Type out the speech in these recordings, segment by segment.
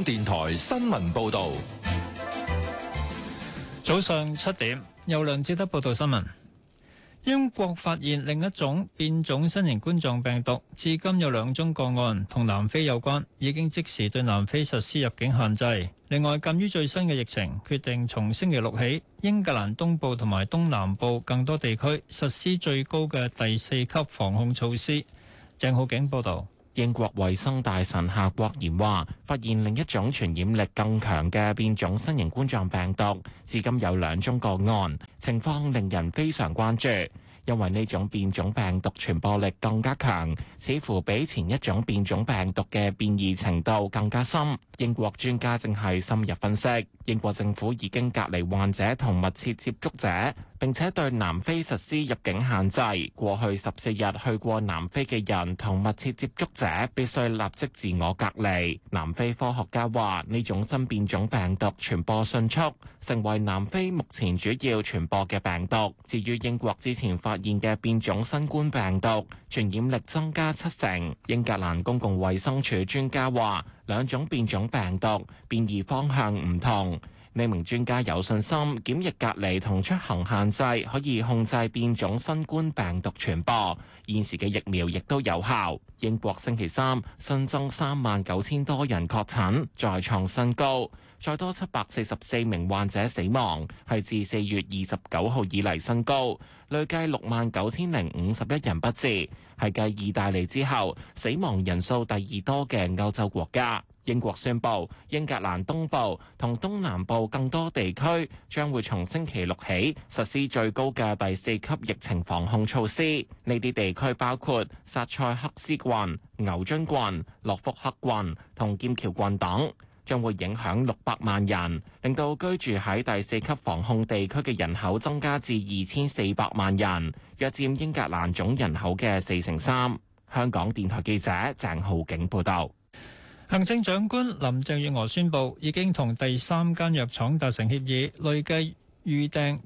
電台新聞報道。 早上7點，由梁志德報道新聞。英國發現另一種變種新型冠狀病毒，至今有2宗個案同南非有關，已經即時對南非實施入境限制。另外，鑑於最新嘅疫情，決定從星期6起，英格蘭東部同埋東南部更多地區實施最高嘅第4級防控措施。鄭浩景報導。 英國衛生大臣夏國賢話，發現另一種傳染力更強嘅變種新型冠狀病毒，至今有2宗個案，情況令人非常關注。因為呢種變種病毒傳播力更加強，似乎比前一種變種病毒嘅變異程度更加深。英國專家正係深入分析。英國政府已經隔離患者同密切接觸者，並且對南非實施入境限制。過去14日去過南非嘅人同密切接觸者必須立即自我隔離。南非科學家話，呢種新變種病毒傳播迅速，成為南非目前主要傳播嘅病毒。至於英國之前發現嘅變種新冠病毒，傳染力增加70%。英格蘭公共衛生署專家話，2種變種病毒變異方向唔同。呢名專家有信心，檢疫隔離同出行限制可以控制變種新冠病毒傳播。現時嘅疫苗亦都有效。英國星期3新增39000多人確診，再創新高，再多744名患者死亡，係自4月29號以嚟新高，累計69051人不治，係繼意大利之後死亡人數第2多嘅歐洲國家。英國宣布，英格蘭東部同東南部更多地區將會從星期6起實施最高嘅第4級疫情防控措施。呢啲地區包括薩塞克斯郡、牛津郡、諾福克郡同劍橋郡等，將會影響600萬人，令到居住喺第4級防控地區嘅人口增加至2400萬人，約佔英格蘭總人口嘅43%。香港電台記者鄭浩景報道。 行政長官林鄭月娥宣布，已經同第3間藥廠達成協議，累計預訂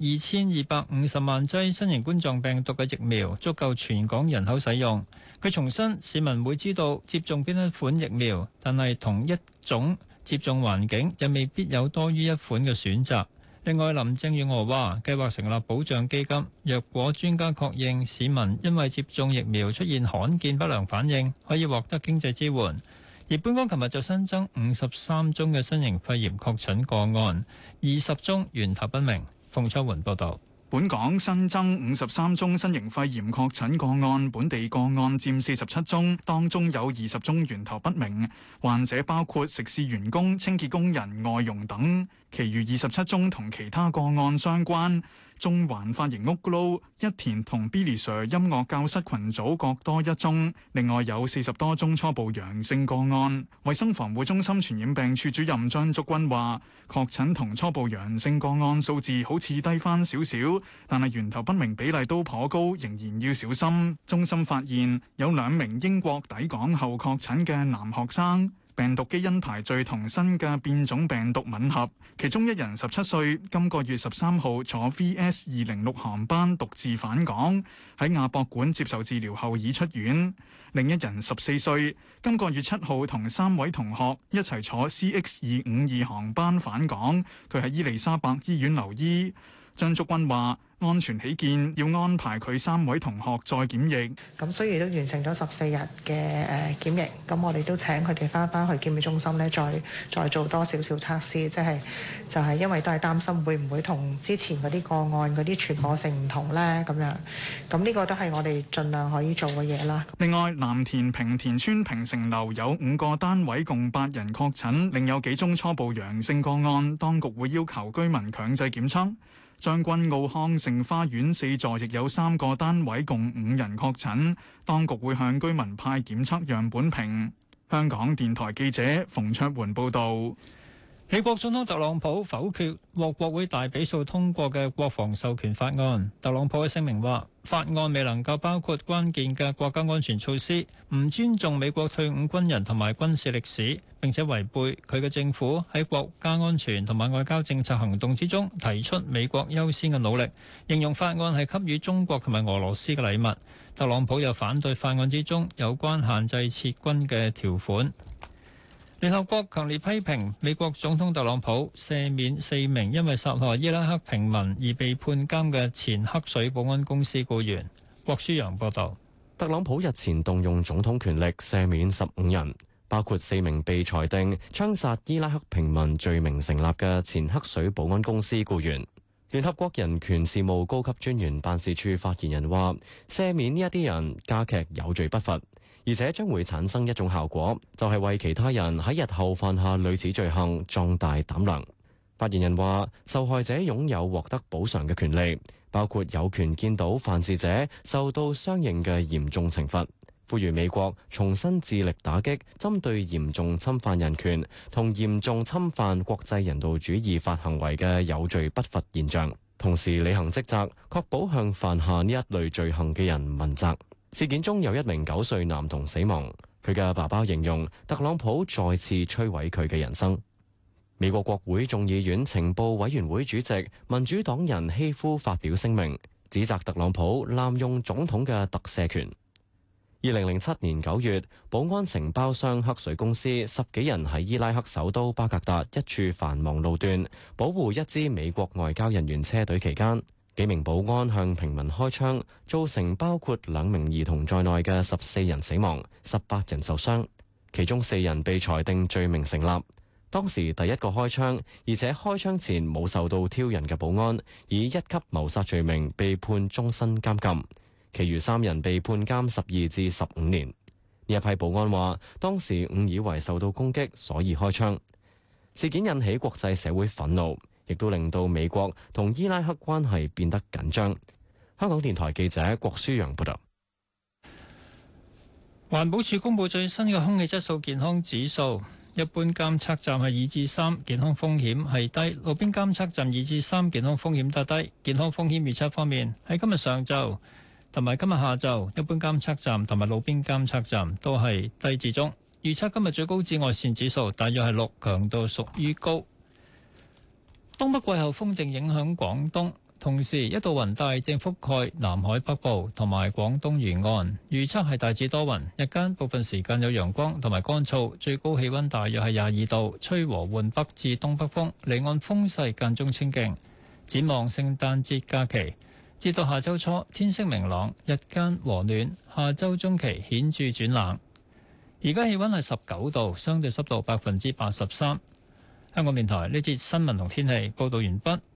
2250萬劑新型冠狀病毒嘅疫苗，足夠全港人口使用。佢重申，市民會知道接種邊一款疫苗，但係同一種接種環境就未必有多於一款嘅選擇。另外，林鄭月娥話計劃成立保障基金，若果專家確認市民因為接種疫苗出現罕見不良反應，可以獲得經濟支援。而本港琴日就新增53宗嘅新型肺炎確診個案，20宗源頭不明。馮秋媛報導。 本港新增53宗新型肺炎確診個案，本地個案佔47宗，當中有20宗源頭不明。患者包括食肆員工、清潔工人、外傭等，其餘27宗同其他個案相關。中環髮型屋 Glow、一田同 Billy Sir 音樂教室群組各多1宗，另外有40多宗初步陽性個案。衛生防護中心傳染病處主任張竹君話，確診同初步陽性個案數字好似低返少少，但係源頭不明比例都頗高，仍然要小心。中心發現有2名英國抵港後確診嘅男學生，病毒基因排序同新嘅變種病毒吻合，其中一人17歲，今個月13號坐 VS206 航班獨自返港，喺亞博館接受治療後已出院。另一人14歲，今個月7號同3位同學一齊坐 CX252 航班返港，佢喺伊利沙伯醫院留醫。張竹君話，安全起見，要安排佢3位同學再檢疫。 咁雖然都完成咗14日嘅檢疫，咁我哋都請佢哋翻去檢疫中心咧，再做多少少測試，就係因為都係擔心會唔會同之前嗰啲個案嗰啲傳播性唔同咧咁樣。咁呢個都係我哋盡量可以做嘅嘢啦。 另外，藍田平田村平成樓有5個單位共8人確診，另有幾宗初步陽性個案，當局會要求居民強制檢測。將軍澳康盛花園4座亦有3個單位共5人確診，當局會向居民派檢測樣本瓶。香港電台記者馮卓媛報導。 美國總統特朗普否決獲國會大比數通過嘅國防授權法案。特朗普嘅聲明話，法案未能夠包括關鍵嘅國家安全措施，唔尊重美國退伍軍人同埋軍事歷史，並且違背佢嘅政府喺國家安全同埋外交政策行動之中提出美國優先嘅努力，形容法案係給予中國同埋俄羅斯嘅禮物。特朗普又反對法案之中有關限制撤軍嘅條款。 聯合國強烈批評美國總統特朗普赦免4名因為殺害伊拉克平民而被判監嘅前黑水保安公司僱員。郭舒陽報導。 特朗普日前動用總統權力赦免15人，包括4名被裁定槍殺伊拉克平民罪名成立嘅前黑水保安公司僱員。聯合國人權事務高級專員辦事處發言人話：赦免呢一啲人加劇有罪不罰，而且將會產生一種效果，就係為其他人喺日後犯下類似罪行壯大膽量。發言人話：受害者擁有獲得補償嘅權利，包括有權見到犯事者受到相應嘅嚴重懲罰。呼籲美國重新致力打擊針對嚴重侵犯人權同嚴重侵犯國際人道主義法行為嘅有罪不罰現象，同時履行職責，確保向犯下呢一類罪行嘅人問責。事件中有1名9歲男童死亡，佢嘅爸爸形容特朗普再次摧毀佢嘅人生。美國國會眾議院情報委員會主席民主黨人希夫發表聲明，指責特朗普濫用總統嘅特赦權。2007年9月，保安承包商黑水公司10幾人喺伊拉克首都巴格達一處繁忙路段保護一支美國外交人員車隊期間，幾名保安向平民開槍，造成包括2名兒童在內嘅14人死亡，18人受傷，其中4人被裁定罪名成立。當時第一個開槍，而且開槍前冇受到挑釁嘅保安，以1級謀殺罪名被判終身監禁。其餘3人被判監12至15年。呢一批保安話，當時誤以為受到攻擊，所以開槍。事件引起國際社會憤怒，亦都令到美國同伊拉克關係變得緊張。香港電台記者郭舒陽報道。 環保署公布最新嘅空氣質素健康指數，一般監測站係2至3，健康風險係低；路邊監測站2至3，健康風險都係低。健康風險預測方面，喺今日上晝同埋今日下晝，一般監測站同埋路邊監測站都係低至中。預測今日最高紫外線指數大約係6，強度屬於高。東北季候風正影響廣東，同時一道雲帶正覆蓋南海北部同埋廣東沿岸。預測係大致多雲，日間部分時間有陽光同埋乾燥，最高氣溫大約係22度，吹和緩北至東北風，離岸風勢間中清勁。展望聖誕節假期，至到下周初天色明朗，日間和暖，下周中期顯著轉冷。而家氣溫係19度，相對濕度83%。香港電台呢節新聞同天氣報道完畢。